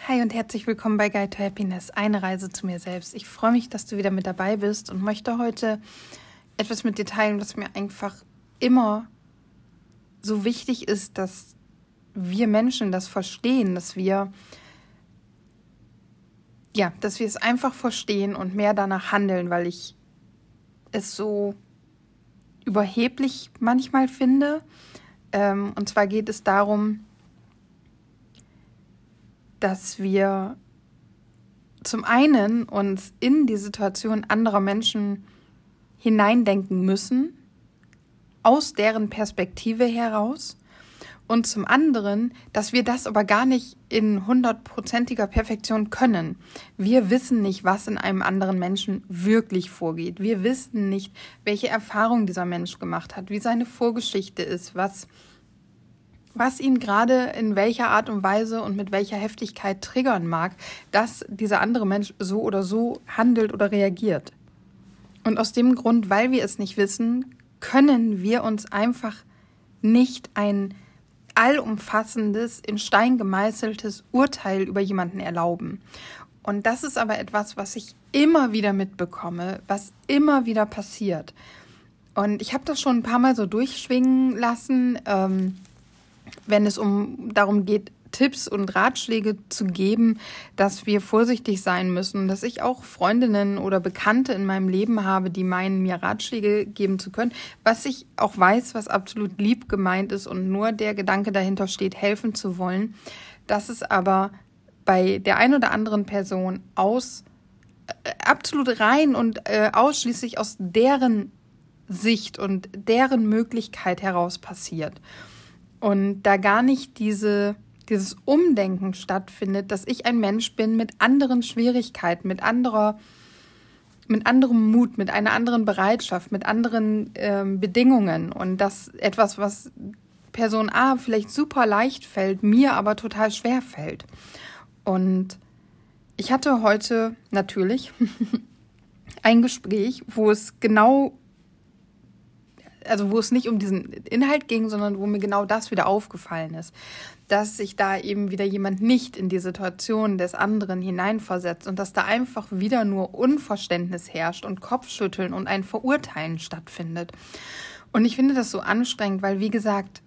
Hi und herzlich willkommen bei Guide to Happiness, eine Reise zu mir selbst. Ich freue mich, dass du wieder mit dabei bist und möchte heute etwas mit dir teilen, was mir einfach immer so wichtig ist, dass wir Menschen das verstehen, dass wir es einfach verstehen und mehr danach handeln, weil ich es so überheblich manchmal finde. Und zwar geht es darum, dass wir zum einen uns in die Situation anderer Menschen hineindenken müssen, aus deren Perspektive heraus, und zum anderen, dass wir das aber gar nicht in 100%iger Perfektion können. Wir wissen nicht, was in einem anderen Menschen wirklich vorgeht. Wir wissen nicht, welche Erfahrung dieser Mensch gemacht hat, wie seine Vorgeschichte ist, was ihn gerade in welcher Art und Weise und mit welcher Heftigkeit triggern mag, dass dieser andere Mensch so oder so handelt oder reagiert. Und aus dem Grund, weil wir es nicht wissen, können wir uns einfach nicht ein allumfassendes, in Stein gemeißeltes Urteil über jemanden erlauben. Und das ist aber etwas, was ich immer wieder mitbekomme, was immer wieder passiert. Und ich habe das schon ein paar Mal so durchschwingen lassen, wenn es darum geht, Tipps und Ratschläge zu geben, dass wir vorsichtig sein müssen, dass ich auch Freundinnen oder Bekannte in meinem Leben habe, die meinen, mir Ratschläge geben zu können, was ich auch weiß, was absolut lieb gemeint ist und nur der Gedanke dahinter steht, helfen zu wollen, dass es aber bei der einen oder anderen Person absolut rein und ausschließlich aus deren Sicht und deren Möglichkeit heraus passiert. Und da gar nicht dieses Umdenken stattfindet, dass ich ein Mensch bin mit anderen Schwierigkeiten, mit anderem Mut, mit einer anderen Bereitschaft, mit anderen Bedingungen. Und das etwas, was Person A vielleicht super leicht fällt, mir aber total schwer fällt. Und ich hatte heute natürlich ein Gespräch, wo es nicht um diesen Inhalt ging, sondern wo mir genau das wieder aufgefallen ist, dass sich da eben wieder jemand nicht in die Situation des anderen hineinversetzt und dass da einfach wieder nur Unverständnis herrscht und Kopfschütteln und ein Verurteilen stattfindet. Und ich finde das so anstrengend, weil, wie gesagt,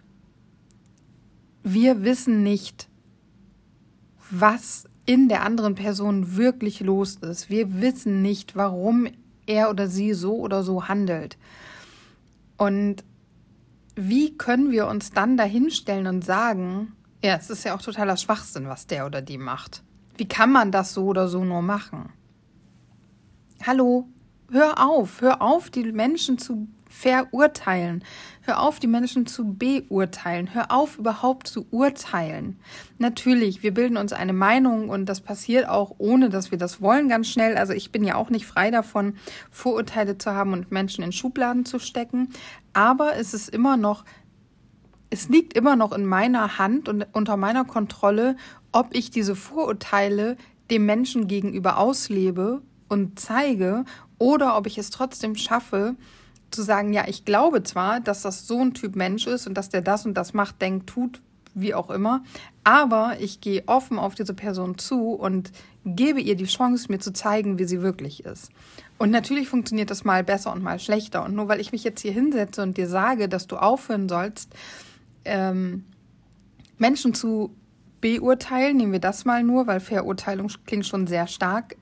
wir wissen nicht, was in der anderen Person wirklich los ist. Wir wissen nicht, warum er oder sie so oder so handelt. Und wie können wir uns dann dahinstellen und sagen, ja, es ist ja auch totaler Schwachsinn, was der oder die macht. Wie kann man das so oder so nur machen? Hallo, hör auf, die Menschen zu verurteilen. Hör auf, die Menschen zu beurteilen. Hör auf, überhaupt zu urteilen. Natürlich, wir bilden uns eine Meinung und das passiert auch, ohne dass wir das wollen, ganz schnell. Also ich bin ja auch nicht frei davon, Vorurteile zu haben und Menschen in Schubladen zu stecken. Aber es liegt immer noch in meiner Hand und unter meiner Kontrolle, ob ich diese Vorurteile dem Menschen gegenüber auslebe und zeige oder ob ich es trotzdem schaffe, zu sagen, ja, ich glaube zwar, dass das so ein Typ Mensch ist und dass der das und das macht, denkt, tut, wie auch immer, aber ich gehe offen auf diese Person zu und gebe ihr die Chance, mir zu zeigen, wie sie wirklich ist. Und natürlich funktioniert das mal besser und mal schlechter. Und nur weil ich mich jetzt hier hinsetze und dir sage, dass du aufhören sollst, Menschen zu beurteilen, nehmen wir das mal nur, weil Verurteilung klingt schon sehr stark,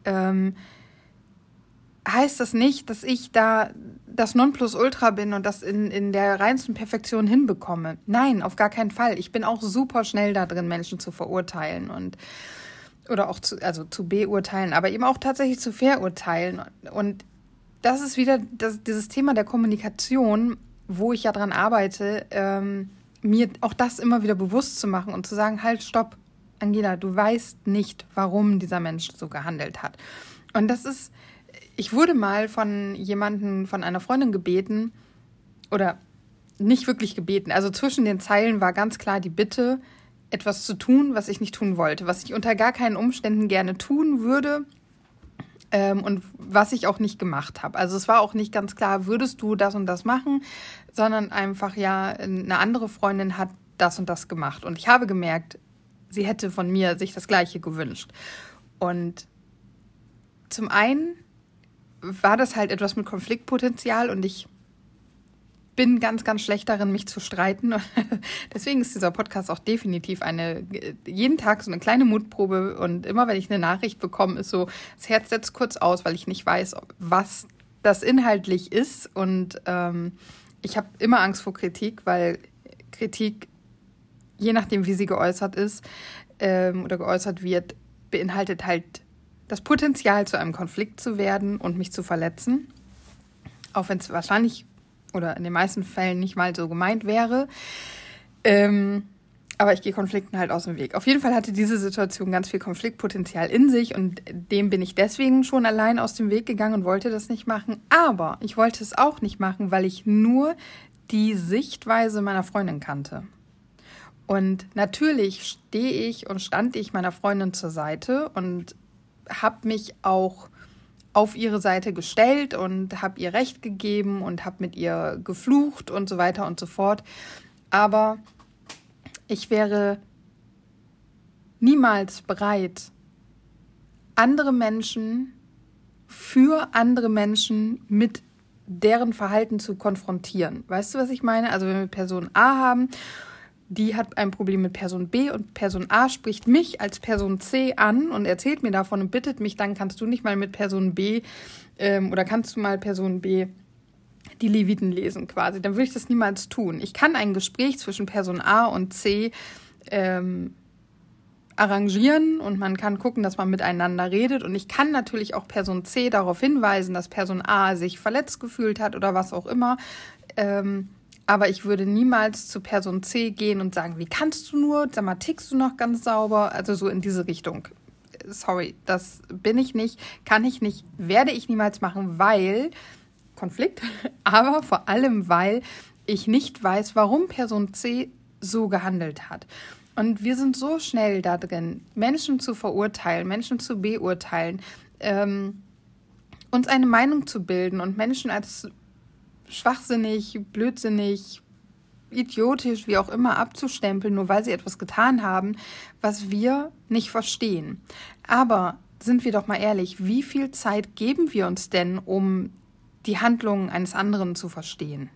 heißt das nicht, dass ich da das Nonplusultra bin und das in der reinsten Perfektion hinbekomme. Nein, auf gar keinen Fall. Ich bin auch super schnell da drin, Menschen zu verurteilen oder auch zu beurteilen, aber eben auch tatsächlich zu verurteilen. Und das ist wieder dieses Thema der Kommunikation, wo ich ja dran arbeite, mir auch das immer wieder bewusst zu machen und zu sagen, halt, stopp, Angela, du weißt nicht, warum dieser Mensch so gehandelt hat. Und ich wurde mal von einer Freundin gebeten, oder nicht wirklich gebeten, also zwischen den Zeilen war ganz klar die Bitte, etwas zu tun, was ich nicht tun wollte, was ich unter gar keinen Umständen gerne tun würde und was ich auch nicht gemacht habe. Also es war auch nicht ganz klar, würdest du das und das machen, sondern einfach, ja, eine andere Freundin hat das und das gemacht. Und ich habe gemerkt, sie hätte von mir sich das Gleiche gewünscht. Und zum einen war das halt etwas mit Konfliktpotenzial und ich bin ganz, ganz schlecht darin, mich zu streiten. Deswegen ist dieser Podcast auch definitiv jeden Tag so eine kleine Mutprobe. Und immer, wenn ich eine Nachricht bekomme, ist so, das Herz setzt kurz aus, weil ich nicht weiß, was das inhaltlich ist. Und ich habe immer Angst vor Kritik, weil Kritik, je nachdem, wie sie geäußert ist oder geäußert wird, beinhaltet halt das Potenzial, zu einem Konflikt zu werden und mich zu verletzen. Auch wenn es wahrscheinlich oder in den meisten Fällen nicht mal so gemeint wäre. Aber ich gehe Konflikten halt aus dem Weg. Auf jeden Fall hatte diese Situation ganz viel Konfliktpotenzial in sich und dem bin ich deswegen schon allein aus dem Weg gegangen und wollte das nicht machen. Aber ich wollte es auch nicht machen, weil ich nur die Sichtweise meiner Freundin kannte. Und natürlich stand ich meiner Freundin zur Seite und habe mich auch auf ihre Seite gestellt und habe ihr Recht gegeben und habe mit ihr geflucht und so weiter und so fort. Aber ich wäre niemals bereit, andere Menschen mit deren Verhalten zu konfrontieren. Weißt du, was ich meine? Also wenn wir Person A haben, die hat ein Problem mit Person B und Person A spricht mich als Person C an und erzählt mir davon und bittet mich, dann kannst du nicht mal mit Person B oder kannst du mal Person B die Leviten lesen quasi. Dann würde ich das niemals tun. Ich kann ein Gespräch zwischen Person A und C arrangieren und man kann gucken, dass man miteinander redet und ich kann natürlich auch Person C darauf hinweisen, dass Person A sich verletzt gefühlt hat oder was auch immer. Aber ich würde niemals zu Person C gehen und sagen, wie kannst du nur? Sag mal, tickst du noch ganz sauber? Also so in diese Richtung. Sorry, das bin ich nicht, kann ich nicht, werde ich niemals machen, weil Konflikt, aber vor allem, weil ich nicht weiß, warum Person C so gehandelt hat. Und wir sind so schnell da drin, Menschen zu verurteilen, Menschen zu beurteilen, uns eine Meinung zu bilden und Menschen als schwachsinnig, blödsinnig, idiotisch, wie auch immer abzustempeln, nur weil sie etwas getan haben, was wir nicht verstehen. Aber sind wir doch mal ehrlich, wie viel Zeit geben wir uns denn, um die Handlungen eines anderen zu verstehen?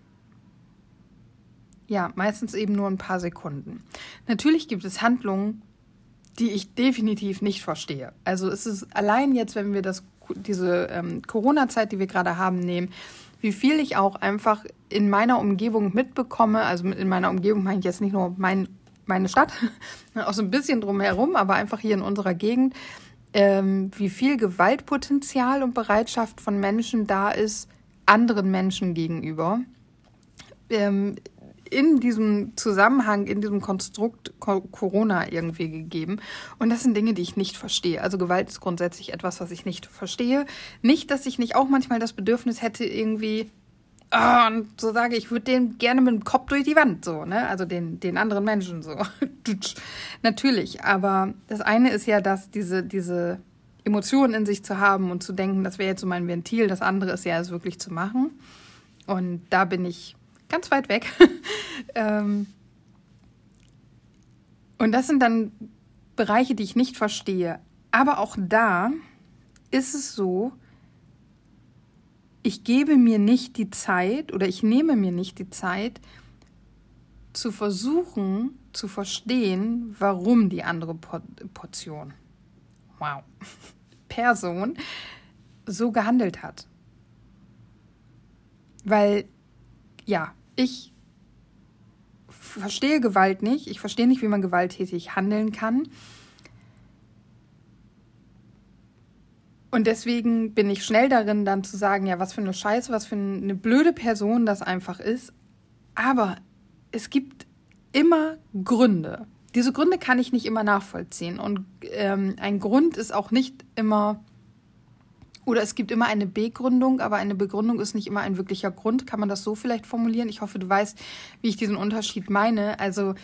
Ja, meistens eben nur ein paar Sekunden. Natürlich gibt es Handlungen, die ich definitiv nicht verstehe. Also es ist allein jetzt, wenn wir diese Corona-Zeit, die wir gerade haben, nehmen, wie viel ich auch einfach in meiner Umgebung mitbekomme, also in meiner Umgebung meine ich jetzt nicht nur meine Stadt, auch so ein bisschen drumherum, aber einfach hier in unserer Gegend, wie viel Gewaltpotenzial und Bereitschaft von Menschen da ist, anderen Menschen gegenüber. In diesem Zusammenhang, in diesem Konstrukt Corona irgendwie gegeben. Und das sind Dinge, die ich nicht verstehe. Also Gewalt ist grundsätzlich etwas, was ich nicht verstehe. Nicht, dass ich nicht auch manchmal das Bedürfnis hätte, irgendwie, und so sage ich, würde den gerne mit dem Kopf durch die Wand, so, ne? Also den anderen Menschen so. Natürlich, aber das eine ist ja, dass diese Emotionen in sich zu haben und zu denken, das wäre jetzt so mein Ventil. Das andere ist ja, es wirklich zu machen. Und da bin ich ganz weit weg. Und das sind dann Bereiche, die ich nicht verstehe. Aber auch da ist es so, ich gebe mir nicht die Zeit oder ich nehme mir nicht die Zeit, zu versuchen, zu verstehen, warum die andere Person so gehandelt hat. Weil, ja, ich verstehe Gewalt nicht. Ich verstehe nicht, wie man gewalttätig handeln kann. Und deswegen bin ich schnell darin, dann zu sagen, ja, was für eine Scheiße, was für eine blöde Person das einfach ist. Aber es gibt immer Gründe. Diese Gründe kann ich nicht immer nachvollziehen. Und ein Grund ist auch nicht immer, oder es gibt immer eine Begründung, aber eine Begründung ist nicht immer ein wirklicher Grund. Kann man das so vielleicht formulieren? Ich hoffe, du weißt, wie ich diesen Unterschied meine. Also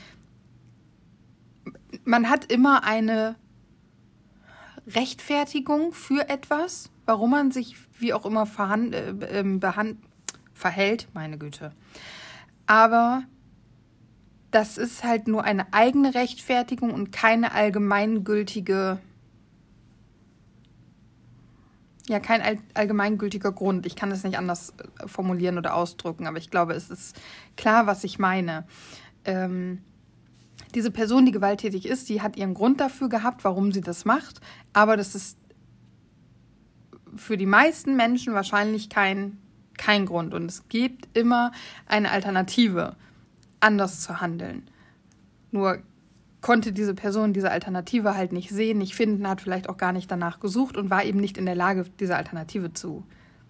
man hat immer eine Rechtfertigung für etwas, warum man sich wie auch immer verhält, meine Güte. Aber das ist halt nur eine eigene Rechtfertigung und keine allgemeingültige, kein allgemeingültiger Grund. Ich kann das nicht anders formulieren oder ausdrücken, aber ich glaube, es ist klar, was ich meine. Diese Person, die gewalttätig ist, die hat ihren Grund dafür gehabt, warum sie das macht, aber das ist für die meisten Menschen wahrscheinlich kein Grund. Und es gibt immer eine Alternative, anders zu handeln. Nur konnte diese Person diese Alternative halt nicht sehen, nicht finden, hat vielleicht auch gar nicht danach gesucht und war eben nicht in der Lage, diese Alternative zu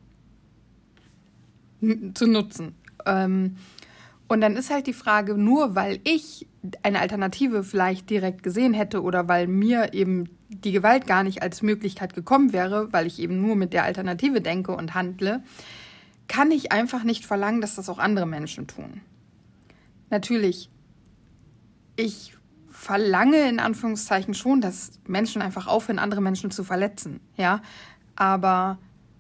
nutzen. Und dann ist halt die Frage, nur weil ich eine Alternative vielleicht direkt gesehen hätte oder weil mir eben die Gewalt gar nicht als Möglichkeit gekommen wäre, weil ich eben nur mit der Alternative denke und handle, kann ich einfach nicht verlangen, dass das auch andere Menschen tun. Natürlich, ich verlange in Anführungszeichen schon, dass Menschen einfach aufhören, andere Menschen zu verletzen, ja, aber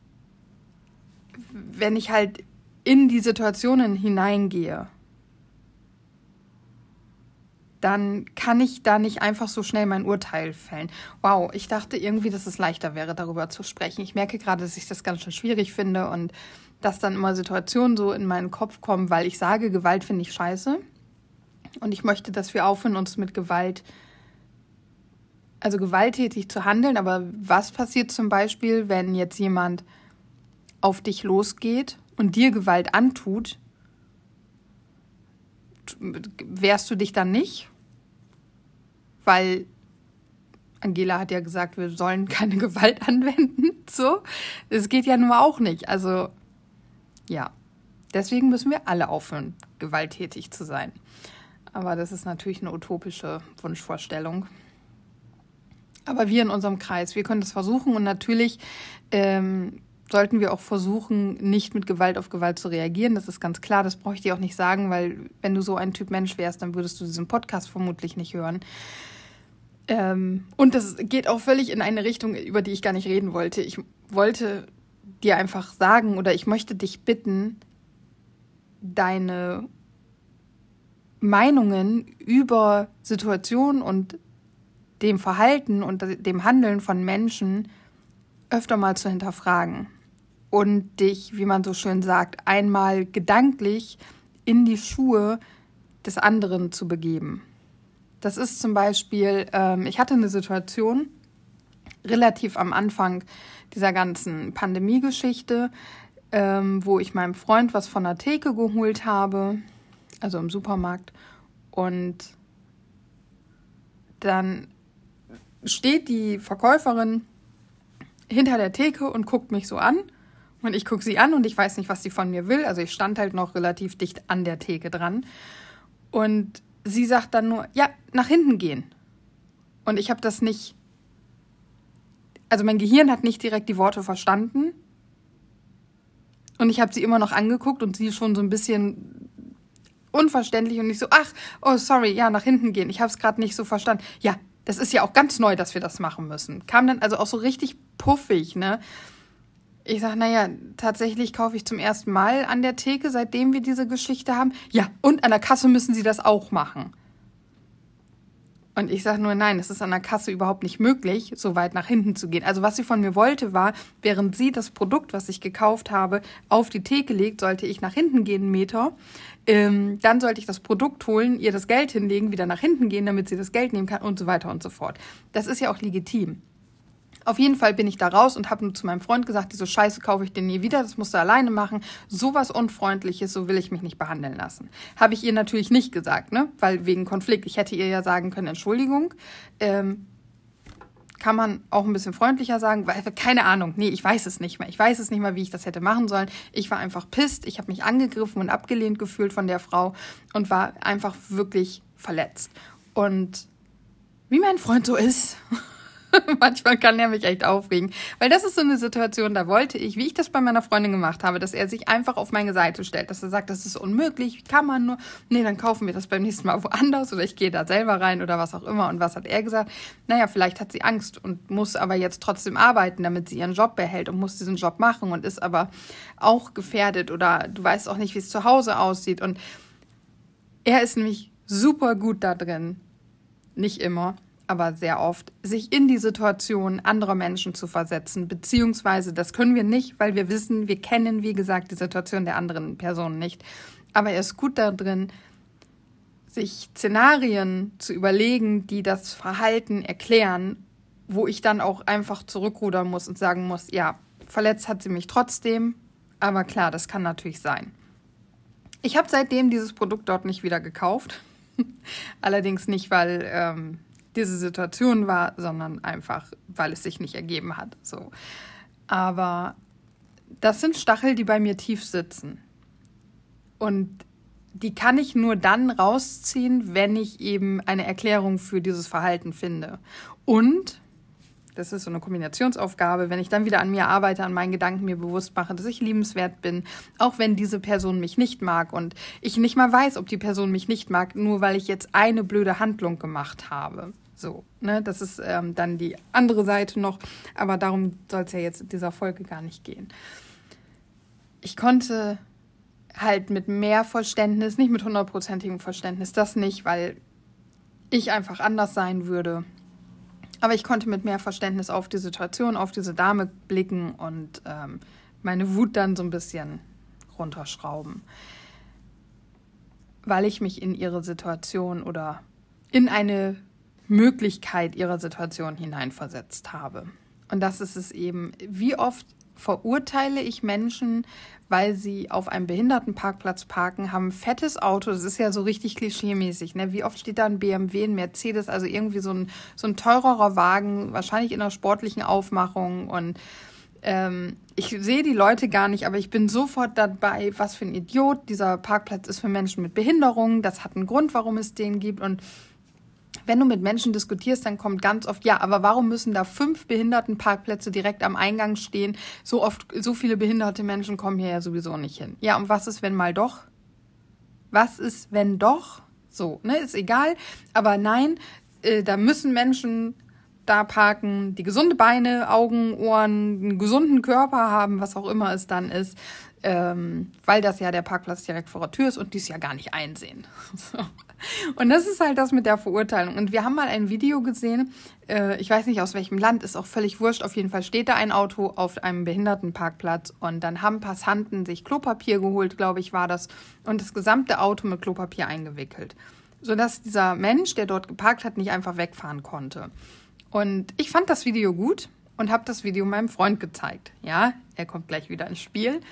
wenn ich halt in die Situationen hineingehe, dann kann ich da nicht einfach so schnell mein Urteil fällen. Wow, ich dachte irgendwie, dass es leichter wäre, darüber zu sprechen. Ich merke gerade, dass ich das ganz schön schwierig finde und dass dann immer Situationen so in meinen Kopf kommen, weil ich sage, Gewalt finde ich scheiße. Und ich möchte, dass wir aufhören, uns mit Gewalt, also gewalttätig zu handeln. Aber was passiert zum Beispiel, wenn jetzt jemand auf dich losgeht und dir Gewalt antut? Wehrst du dich dann nicht? Weil Angela hat ja gesagt, wir sollen keine Gewalt anwenden. So, das geht ja nun auch nicht. Also, ja. Deswegen müssen wir alle aufhören, gewalttätig zu sein. Aber das ist natürlich eine utopische Wunschvorstellung. Aber wir in unserem Kreis, wir können das versuchen und natürlich sollten wir auch versuchen, nicht mit Gewalt auf Gewalt zu reagieren. Das ist ganz klar, das brauche ich dir auch nicht sagen, weil wenn du so ein Typ Mensch wärst, dann würdest du diesen Podcast vermutlich nicht hören. Und das geht auch völlig in eine Richtung, über die ich gar nicht reden wollte. Ich wollte dir einfach sagen oder ich möchte dich bitten, deine Meinungen über Situationen und dem Verhalten und dem Handeln von Menschen öfter mal zu hinterfragen und dich, wie man so schön sagt, einmal gedanklich in die Schuhe des anderen zu begeben. Das ist zum Beispiel, ich hatte eine Situation relativ am Anfang dieser ganzen Pandemie-Geschichte, wo ich meinem Freund was von der Theke geholt habe, also im Supermarkt, und dann steht die Verkäuferin hinter der Theke und guckt mich so an und ich gucke sie an und ich weiß nicht, was sie von mir will. Also ich stand halt noch relativ dicht an der Theke dran und sie sagt dann nur, ja, nach hinten gehen. Und ich habe das nicht, also mein Gehirn hat nicht direkt die Worte verstanden und ich habe sie immer noch angeguckt und sie schon so ein bisschen unverständlich und ich so, ach, oh sorry, ja, nach hinten gehen. Ich habe es gerade nicht so verstanden. Ja, das ist ja auch ganz neu, dass wir das machen müssen. Kam dann also auch so richtig puffig, ne? Ich sage, naja, tatsächlich kaufe ich zum ersten Mal an der Theke, seitdem wir diese Geschichte haben. Ja, und an der Kasse müssen Sie das auch machen. Und ich sage nur, nein, es ist an der Kasse überhaupt nicht möglich, so weit nach hinten zu gehen. Also was sie von mir wollte, war, während sie das Produkt, was ich gekauft habe, auf die Theke legt, sollte ich nach hinten gehen, 1 Meter. Dann sollte ich das Produkt holen, ihr das Geld hinlegen, wieder nach hinten gehen, damit sie das Geld nehmen kann und so weiter und so fort. Das ist ja auch legitim. Auf jeden Fall bin ich da raus und habe nur zu meinem Freund gesagt, diese Scheiße kaufe ich dir nie wieder, das musst du alleine machen. Sowas Unfreundliches, so will ich mich nicht behandeln lassen. Habe ich ihr natürlich nicht gesagt, ne? Weil wegen Konflikt. Ich hätte ihr ja sagen können, Entschuldigung. Kann man auch ein bisschen freundlicher sagen, weil, keine Ahnung, nee, ich weiß es nicht mehr. Ich weiß es nicht mehr, wie ich das hätte machen sollen. Ich war einfach pisst, ich habe mich angegriffen und abgelehnt gefühlt von der Frau und war einfach wirklich verletzt. Und wie mein Freund so ist... Manchmal kann er mich echt aufregen, weil das ist so eine Situation, da wollte ich, wie ich das bei meiner Freundin gemacht habe, dass er sich einfach auf meine Seite stellt, dass er sagt, das ist unmöglich, wie kann man nur, nee, dann kaufen wir das beim nächsten Mal woanders oder ich gehe da selber rein oder was auch immer. Und was hat er gesagt? Naja, vielleicht hat sie Angst und muss aber jetzt trotzdem arbeiten, damit sie ihren Job behält und muss diesen Job machen und ist aber auch gefährdet oder du weißt auch nicht, wie es zu Hause aussieht. Und er ist nämlich super gut da drin, nicht immer, aber sehr oft, sich in die Situation anderer Menschen zu versetzen, beziehungsweise das können wir nicht, weil wir wissen, wir kennen, wie gesagt, die Situation der anderen Person nicht. Aber er ist gut da drin, sich Szenarien zu überlegen, die das Verhalten erklären, wo ich dann auch einfach zurückrudern muss und sagen muss, ja, verletzt hat sie mich trotzdem, aber klar, das kann natürlich sein. Ich habe seitdem dieses Produkt dort nicht wieder gekauft. Allerdings nicht, weil diese Situation war, sondern einfach, weil es sich nicht ergeben hat. So. Aber das sind Stachel, die bei mir tief sitzen. Und die kann ich nur dann rausziehen, wenn ich eben eine Erklärung für dieses Verhalten finde. Und, das ist so eine Kombinationsaufgabe, wenn ich dann wieder an mir arbeite, an meinen Gedanken mir bewusst mache, dass ich liebenswert bin, auch wenn diese Person mich nicht mag und ich nicht mal weiß, ob die Person mich nicht mag, nur weil ich jetzt eine blöde Handlung gemacht habe. So, ne, das ist dann die andere Seite noch, aber darum soll es ja jetzt in dieser Folge gar nicht gehen. Ich konnte halt mit mehr Verständnis, nicht mit 100%igem Verständnis, das nicht, weil ich einfach anders sein würde. Aber ich konnte mit mehr Verständnis auf die Situation, auf diese Dame blicken und meine Wut dann so ein bisschen runterschrauben. Weil ich mich in ihre Situation oder in eine Möglichkeit ihrer Situation hineinversetzt habe. Und das ist es eben. Wie oft verurteile ich Menschen, weil sie auf einem Behindertenparkplatz parken, haben ein fettes Auto, das ist ja so richtig klischeemäßig, ne? Wie oft steht da ein BMW, ein Mercedes, also irgendwie so ein teurerer Wagen, wahrscheinlich in einer sportlichen Aufmachung und ich sehe die Leute gar nicht, aber ich bin sofort dabei, was für ein Idiot, dieser Parkplatz ist für Menschen mit Behinderung, das hat einen Grund, warum es den gibt und wenn du mit Menschen diskutierst, dann kommt ganz oft, ja, aber warum müssen da 5 Behindertenparkplätze direkt am Eingang stehen? So viele behinderte Menschen kommen hier ja sowieso nicht hin. Ja, und was ist, wenn mal doch? Was ist, wenn doch? So, ne, ist egal. Aber nein, da müssen Menschen da parken, die gesunde Beine, Augen, Ohren, einen gesunden Körper haben, was auch immer es dann ist, weil das ja der Parkplatz direkt vor der Tür ist und die es ja gar nicht einsehen. So. Und das ist halt das mit der Verurteilung. Und wir haben mal ein Video gesehen, ich weiß nicht aus welchem Land, ist auch völlig wurscht, auf jeden Fall steht da ein Auto auf einem Behindertenparkplatz und dann haben Passanten sich Klopapier geholt, glaube ich, war das, und das gesamte Auto mit Klopapier eingewickelt, sodass dieser Mensch, der dort geparkt hat, nicht einfach wegfahren konnte. Und ich fand das Video gut und habe das Video meinem Freund gezeigt. Ja, er kommt gleich wieder ins Spiel.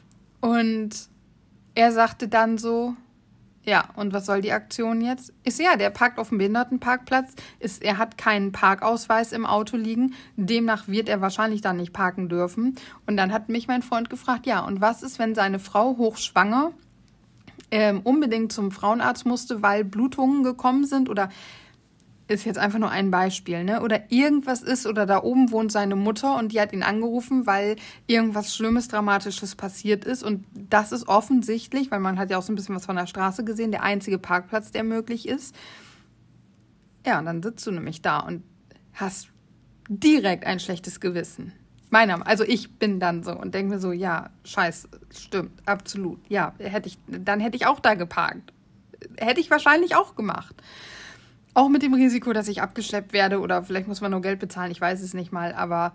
Und er sagte dann so, ja, und was soll die Aktion jetzt? Der parkt auf dem Behindertenparkplatz, er hat keinen Parkausweis im Auto liegen, demnach wird er wahrscheinlich dann nicht parken dürfen. Und dann hat mich mein Freund gefragt, ja, und was ist, wenn seine Frau hochschwanger unbedingt zum Frauenarzt musste, weil Blutungen gekommen sind oder ist jetzt einfach nur ein Beispiel, ne? Oder irgendwas ist oder da oben wohnt seine Mutter und die hat ihn angerufen, weil irgendwas Schlimmes, Dramatisches passiert ist und das ist offensichtlich, weil man hat ja auch so ein bisschen was von der Straße gesehen, der einzige Parkplatz, der möglich ist. Ja, und dann sitzt du nämlich da und hast direkt ein schlechtes Gewissen. Also ich bin dann so und denke mir so, ja, scheiße, stimmt, absolut. Ja, dann hätte ich auch da geparkt. Hätte ich wahrscheinlich auch gemacht. Auch mit dem Risiko, dass ich abgeschleppt werde oder vielleicht muss man nur Geld bezahlen, ich weiß es nicht mal, aber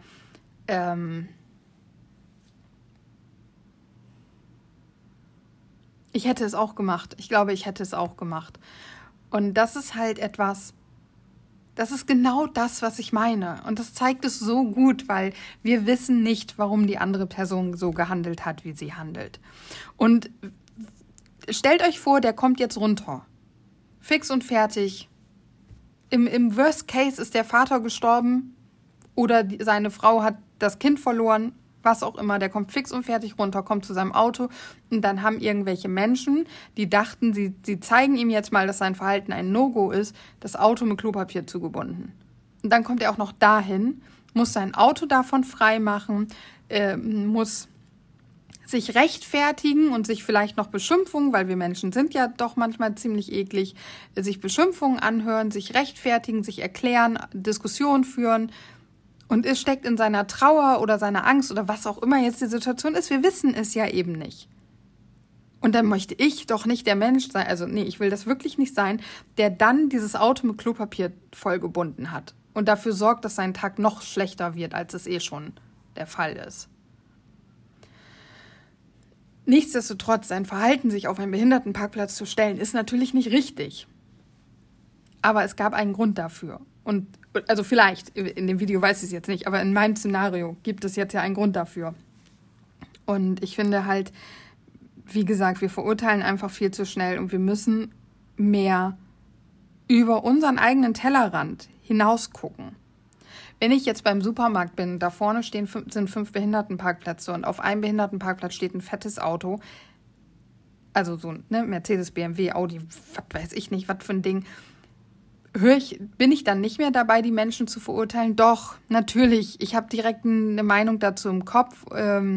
ich hätte es auch gemacht. Ich glaube, ich hätte es auch gemacht. Und das ist halt etwas, das ist genau das, was ich meine. Und das zeigt es so gut, weil wir wissen nicht, warum die andere Person so gehandelt hat, wie sie handelt. Und stellt euch vor, der kommt jetzt runter. Fix und fertig. Im Worst Case ist der Vater gestorben oder seine Frau hat das Kind verloren, was auch immer. Der kommt fix und fertig runter, kommt zu seinem Auto und dann haben irgendwelche Menschen, die dachten, sie zeigen ihm jetzt mal, dass sein Verhalten ein No-Go ist, das Auto mit Klopapier zugebunden. Und dann kommt er auch noch dahin, muss sein Auto davon frei machen, muss sich rechtfertigen und sich vielleicht noch Beschimpfungen, weil wir Menschen sind ja doch manchmal ziemlich eklig, sich Beschimpfungen anhören, sich rechtfertigen, sich erklären, Diskussionen führen und es steckt in seiner Trauer oder seiner Angst oder was auch immer jetzt die Situation ist, wir wissen es ja eben nicht. Und dann möchte ich doch nicht der Mensch sein, also nee, ich will das wirklich nicht sein, der dann dieses Auto mit Klopapier vollgebunden hat und dafür sorgt, dass sein Tag noch schlechter wird, als es eh schon der Fall ist. Nichtsdestotrotz, sein Verhalten, sich auf einen Behindertenparkplatz zu stellen, ist natürlich nicht richtig. Aber es gab einen Grund dafür. Und also vielleicht, in dem Video weiß ich es jetzt nicht, aber in meinem Szenario gibt es jetzt ja einen Grund dafür. Und ich finde halt, wie gesagt, wir verurteilen einfach viel zu schnell und wir müssen mehr über unseren eigenen Tellerrand hinaus gucken. Wenn ich jetzt beim Supermarkt bin, da vorne sind 5 Behindertenparkplätze und auf einem Behindertenparkplatz steht ein fettes Auto, also so Mercedes, BMW, Audi, was weiß ich nicht, was für ein Ding, bin ich dann nicht mehr dabei, die Menschen zu verurteilen? Doch, natürlich, ich habe direkt eine Meinung dazu im Kopf.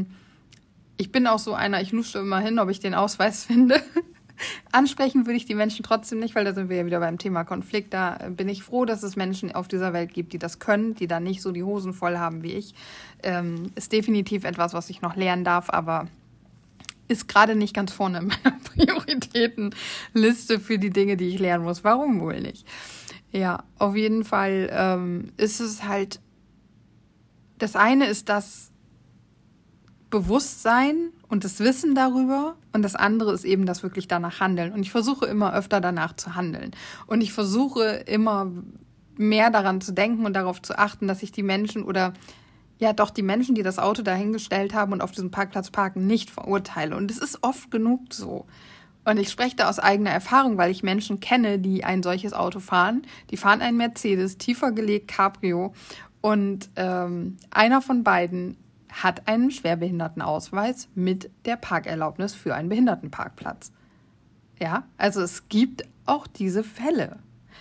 Ich bin auch so einer, ich lusche immer hin, ob ich den Ausweis finde. Ansprechen würde ich die Menschen trotzdem nicht, weil da sind wir ja wieder beim Thema Konflikt. Da bin ich froh, dass es Menschen auf dieser Welt gibt, die das können, die da nicht so die Hosen voll haben wie ich. Ist definitiv etwas, was ich noch lernen darf, aber ist gerade nicht ganz vorne in meiner Prioritätenliste für die Dinge, die ich lernen muss. Warum wohl nicht? Ja, auf jeden Fall ist es halt, das eine ist das Bewusstsein und das Wissen darüber und das andere ist eben das wirklich danach handeln. Und ich versuche immer öfter danach zu handeln. Und ich versuche immer mehr daran zu denken und darauf zu achten, dass ich die Menschen oder ja doch die Menschen, die das Auto dahingestellt haben und auf diesem Parkplatz parken, nicht verurteile. Und es ist oft genug so. Und ich spreche da aus eigener Erfahrung, weil ich Menschen kenne, die ein solches Auto fahren. Die fahren einen Mercedes, tiefer gelegt Cabrio. Und einer von beiden hat einen Schwerbehindertenausweis mit der Parkerlaubnis für einen Behindertenparkplatz. Ja, also es gibt auch diese Fälle.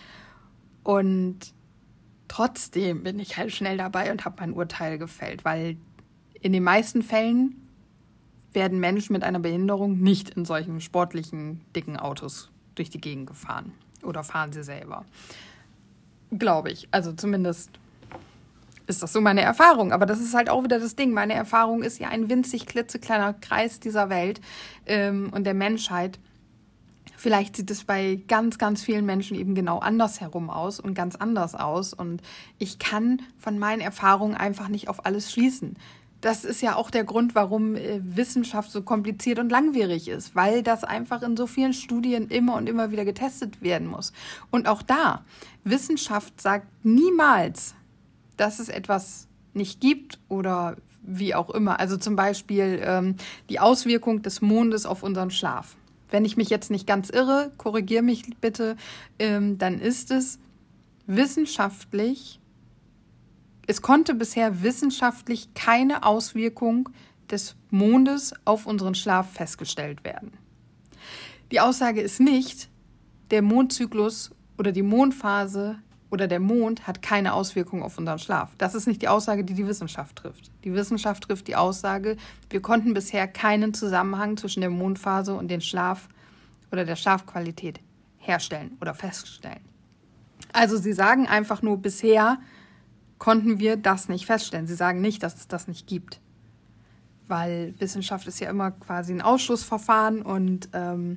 Und trotzdem bin ich halt schnell dabei und habe mein Urteil gefällt, weil in den meisten Fällen werden Menschen mit einer Behinderung nicht in solchen sportlichen, dicken Autos durch die Gegend gefahren. Oder fahren sie selber. Glaube ich. Also zumindest ist das so meine Erfahrung. Aber das ist halt auch wieder das Ding. Meine Erfahrung ist ja ein winzig klitzekleiner Kreis dieser Welt und der Menschheit. Vielleicht sieht es bei ganz, ganz vielen Menschen eben genau andersherum aus und ganz anders aus. Und ich kann von meinen Erfahrungen einfach nicht auf alles schließen. Das ist ja auch der Grund, warum Wissenschaft so kompliziert und langwierig ist, weil das einfach in so vielen Studien immer und immer wieder getestet werden muss. Und auch da, Wissenschaft sagt niemals, dass es etwas nicht gibt oder wie auch immer. Also zum Beispiel die Auswirkung des Mondes auf unseren Schlaf. Wenn ich mich jetzt nicht ganz irre, korrigiere mich bitte, dann ist es wissenschaftlich, es konnte bisher wissenschaftlich keine Auswirkung des Mondes auf unseren Schlaf festgestellt werden. Die Aussage ist nicht, der Mondzyklus oder die Mondphase oder der Mond hat keine Auswirkung auf unseren Schlaf. Das ist nicht die Aussage, die die Wissenschaft trifft. Die Wissenschaft trifft die Aussage, wir konnten bisher keinen Zusammenhang zwischen der Mondphase und dem Schlaf oder der Schlafqualität herstellen oder feststellen. Also sie sagen einfach nur, bisher konnten wir das nicht feststellen. Sie sagen nicht, dass es das nicht gibt. Weil Wissenschaft ist ja immer quasi ein Ausschlussverfahren und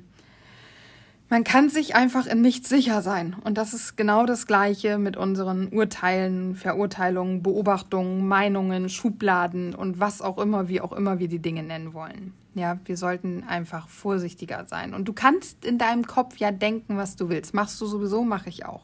man kann sich einfach in nichts sicher sein. Und das ist genau das Gleiche mit unseren Urteilen, Verurteilungen, Beobachtungen, Meinungen, Schubladen und was auch immer, wie auch immer wir die Dinge nennen wollen. Ja, wir sollten einfach vorsichtiger sein. Und du kannst in deinem Kopf ja denken, was du willst. Machst du sowieso, mache ich auch.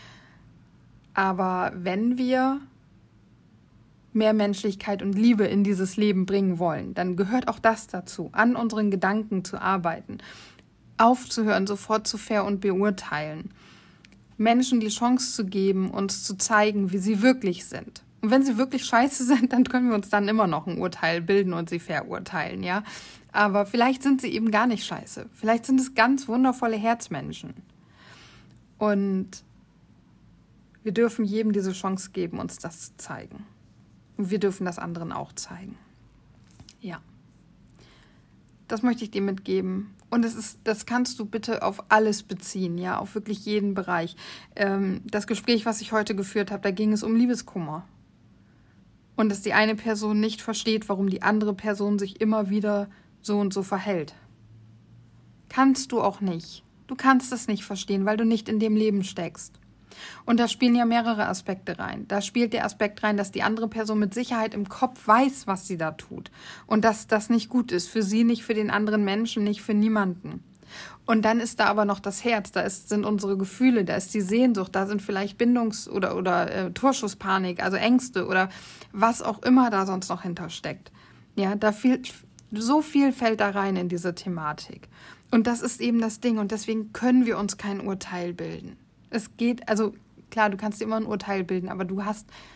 Aber wenn wir mehr Menschlichkeit und Liebe in dieses Leben bringen wollen, dann gehört auch das dazu, an unseren Gedanken zu arbeiten. Aufzuhören, sofort zu und beurteilen. Menschen die Chance zu geben, uns zu zeigen, wie sie wirklich sind. Und wenn sie wirklich scheiße sind, dann können wir uns dann immer noch ein Urteil bilden und sie verurteilen, ja. Aber vielleicht sind sie eben gar nicht scheiße. Vielleicht sind es ganz wundervolle Herzmenschen. Und wir dürfen jedem diese Chance geben, uns das zu zeigen. Und wir dürfen das anderen auch zeigen. Ja. Das möchte ich dir mitgeben. Und das kannst du bitte auf alles beziehen, ja, auf wirklich jeden Bereich. Das Gespräch, was ich heute geführt habe, da ging es um Liebeskummer. Und dass die eine Person nicht versteht, warum die andere Person sich immer wieder so und so verhält. Kannst du auch nicht. Du kannst es nicht verstehen, weil du nicht in dem Leben steckst. Und da spielen ja mehrere Aspekte rein. Da spielt der Aspekt rein, dass die andere Person mit Sicherheit im Kopf weiß, was sie da tut. Und dass das nicht gut ist. Für sie nicht, für den anderen Menschen, nicht für niemanden. Und dann ist da aber noch das Herz, sind unsere Gefühle, da ist die Sehnsucht, da sind vielleicht oder Torschusspanik, also Ängste oder was auch immer da sonst noch hintersteckt. Ja, so viel fällt da rein in diese Thematik. Und das ist eben das Ding und deswegen können wir uns kein Urteil bilden. Es geht, also klar, du kannst dir immer ein Urteil bilden, aber du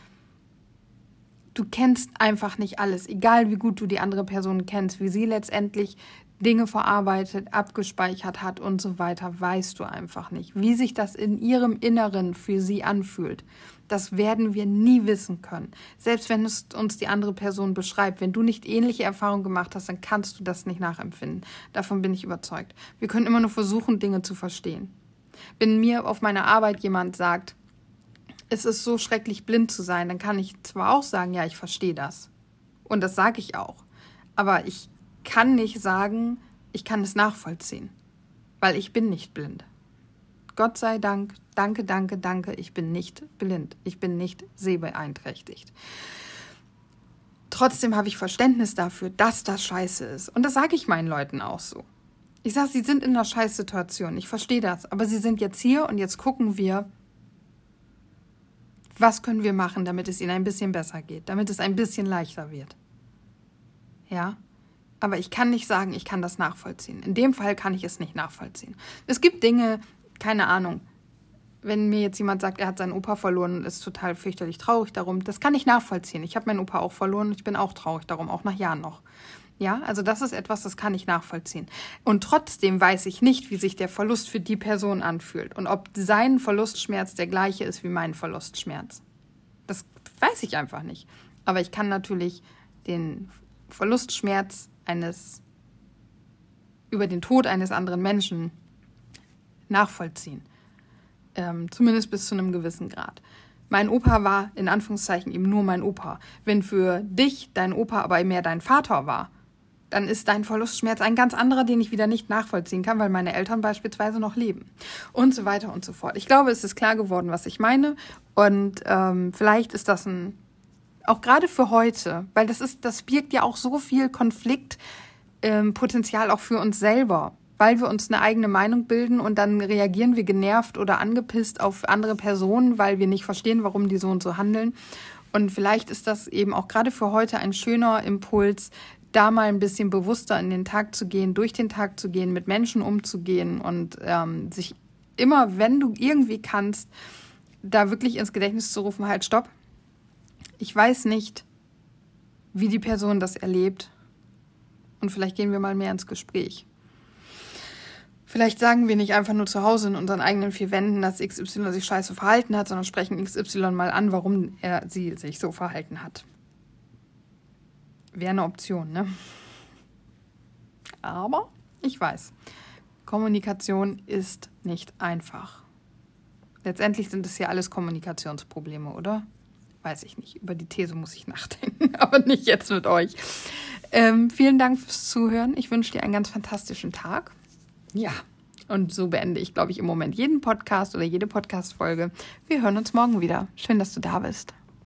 kennst einfach nicht alles, egal wie gut du die andere Person kennst, wie sie letztendlich Dinge verarbeitet, abgespeichert hat und so weiter, weißt du einfach nicht. Wie sich das in ihrem Inneren für sie anfühlt, das werden wir nie wissen können. Selbst wenn es uns die andere Person beschreibt, wenn du nicht ähnliche Erfahrungen gemacht hast, dann kannst du das nicht nachempfinden. Davon bin ich überzeugt. Wir können immer nur versuchen, Dinge zu verstehen. Wenn mir auf meiner Arbeit jemand sagt, es ist so schrecklich, blind zu sein, dann kann ich zwar auch sagen, ja, ich verstehe das. Und das sage ich auch. Aber ich kann nicht sagen, ich kann es nachvollziehen, weil ich bin nicht blind. Gott sei Dank, danke, ich bin nicht blind, ich bin nicht sehbeeinträchtigt. Trotzdem habe ich Verständnis dafür, dass das scheiße ist. Und das sage ich meinen Leuten auch so. Ich sage, sie sind in einer Scheißsituation, ich verstehe das, aber sie sind jetzt hier und jetzt gucken wir, was können wir machen, damit es ihnen ein bisschen besser geht, damit es ein bisschen leichter wird. Ja? Aber ich kann nicht sagen, ich kann das nachvollziehen. In dem Fall kann ich es nicht nachvollziehen. Es gibt Dinge, keine Ahnung, wenn mir jetzt jemand sagt, er hat seinen Opa verloren und ist total fürchterlich traurig darum, das kann ich nachvollziehen. Ich habe meinen Opa auch verloren und ich bin auch traurig darum, auch nach Jahren noch. Ja, also das ist etwas, das kann ich nachvollziehen. Und trotzdem weiß ich nicht, wie sich der Verlust für die Person anfühlt und ob sein Verlustschmerz der gleiche ist wie mein Verlustschmerz. Das weiß ich einfach nicht. Aber ich kann natürlich den Verlustschmerz über den Tod eines anderen Menschen nachvollziehen. Zumindest bis zu einem gewissen Grad. Mein Opa war in Anführungszeichen eben nur mein Opa. Wenn für dich dein Opa aber mehr dein Vater war, dann ist dein Verlustschmerz ein ganz anderer, den ich wieder nicht nachvollziehen kann, weil meine Eltern beispielsweise noch leben. Und so weiter und so fort. Ich glaube, es ist klar geworden, was ich meine. Und vielleicht ist das auch gerade für heute, weil das birgt ja auch so viel Konfliktpotenzial auch für uns selber, weil wir uns eine eigene Meinung bilden und dann reagieren wir genervt oder angepisst auf andere Personen, weil wir nicht verstehen, warum die so und so handeln. Und vielleicht ist das eben auch gerade für heute ein schöner Impuls, da mal ein bisschen bewusster in den Tag zu gehen, durch den Tag zu gehen, mit Menschen umzugehen und sich immer, wenn du irgendwie kannst, da wirklich ins Gedächtnis zu rufen, halt, stopp. Ich weiß nicht, wie die Person das erlebt und vielleicht gehen wir mal mehr ins Gespräch. Vielleicht sagen wir nicht einfach nur zu Hause in unseren eigenen vier Wänden, dass XY sich scheiße verhalten hat, sondern sprechen XY mal an, warum sie sich so verhalten hat. Wäre eine Option, ne? Aber ich weiß, Kommunikation ist nicht einfach. Letztendlich sind es ja alles Kommunikationsprobleme, oder? Weiß ich nicht. Über die These muss ich nachdenken, aber nicht jetzt mit euch. Vielen Dank fürs Zuhören. Ich wünsche dir einen ganz fantastischen Tag. Ja, und so beende ich, glaube ich, im Moment jeden Podcast oder jede Podcast-Folge. Wir hören uns morgen wieder. Schön, dass du da bist.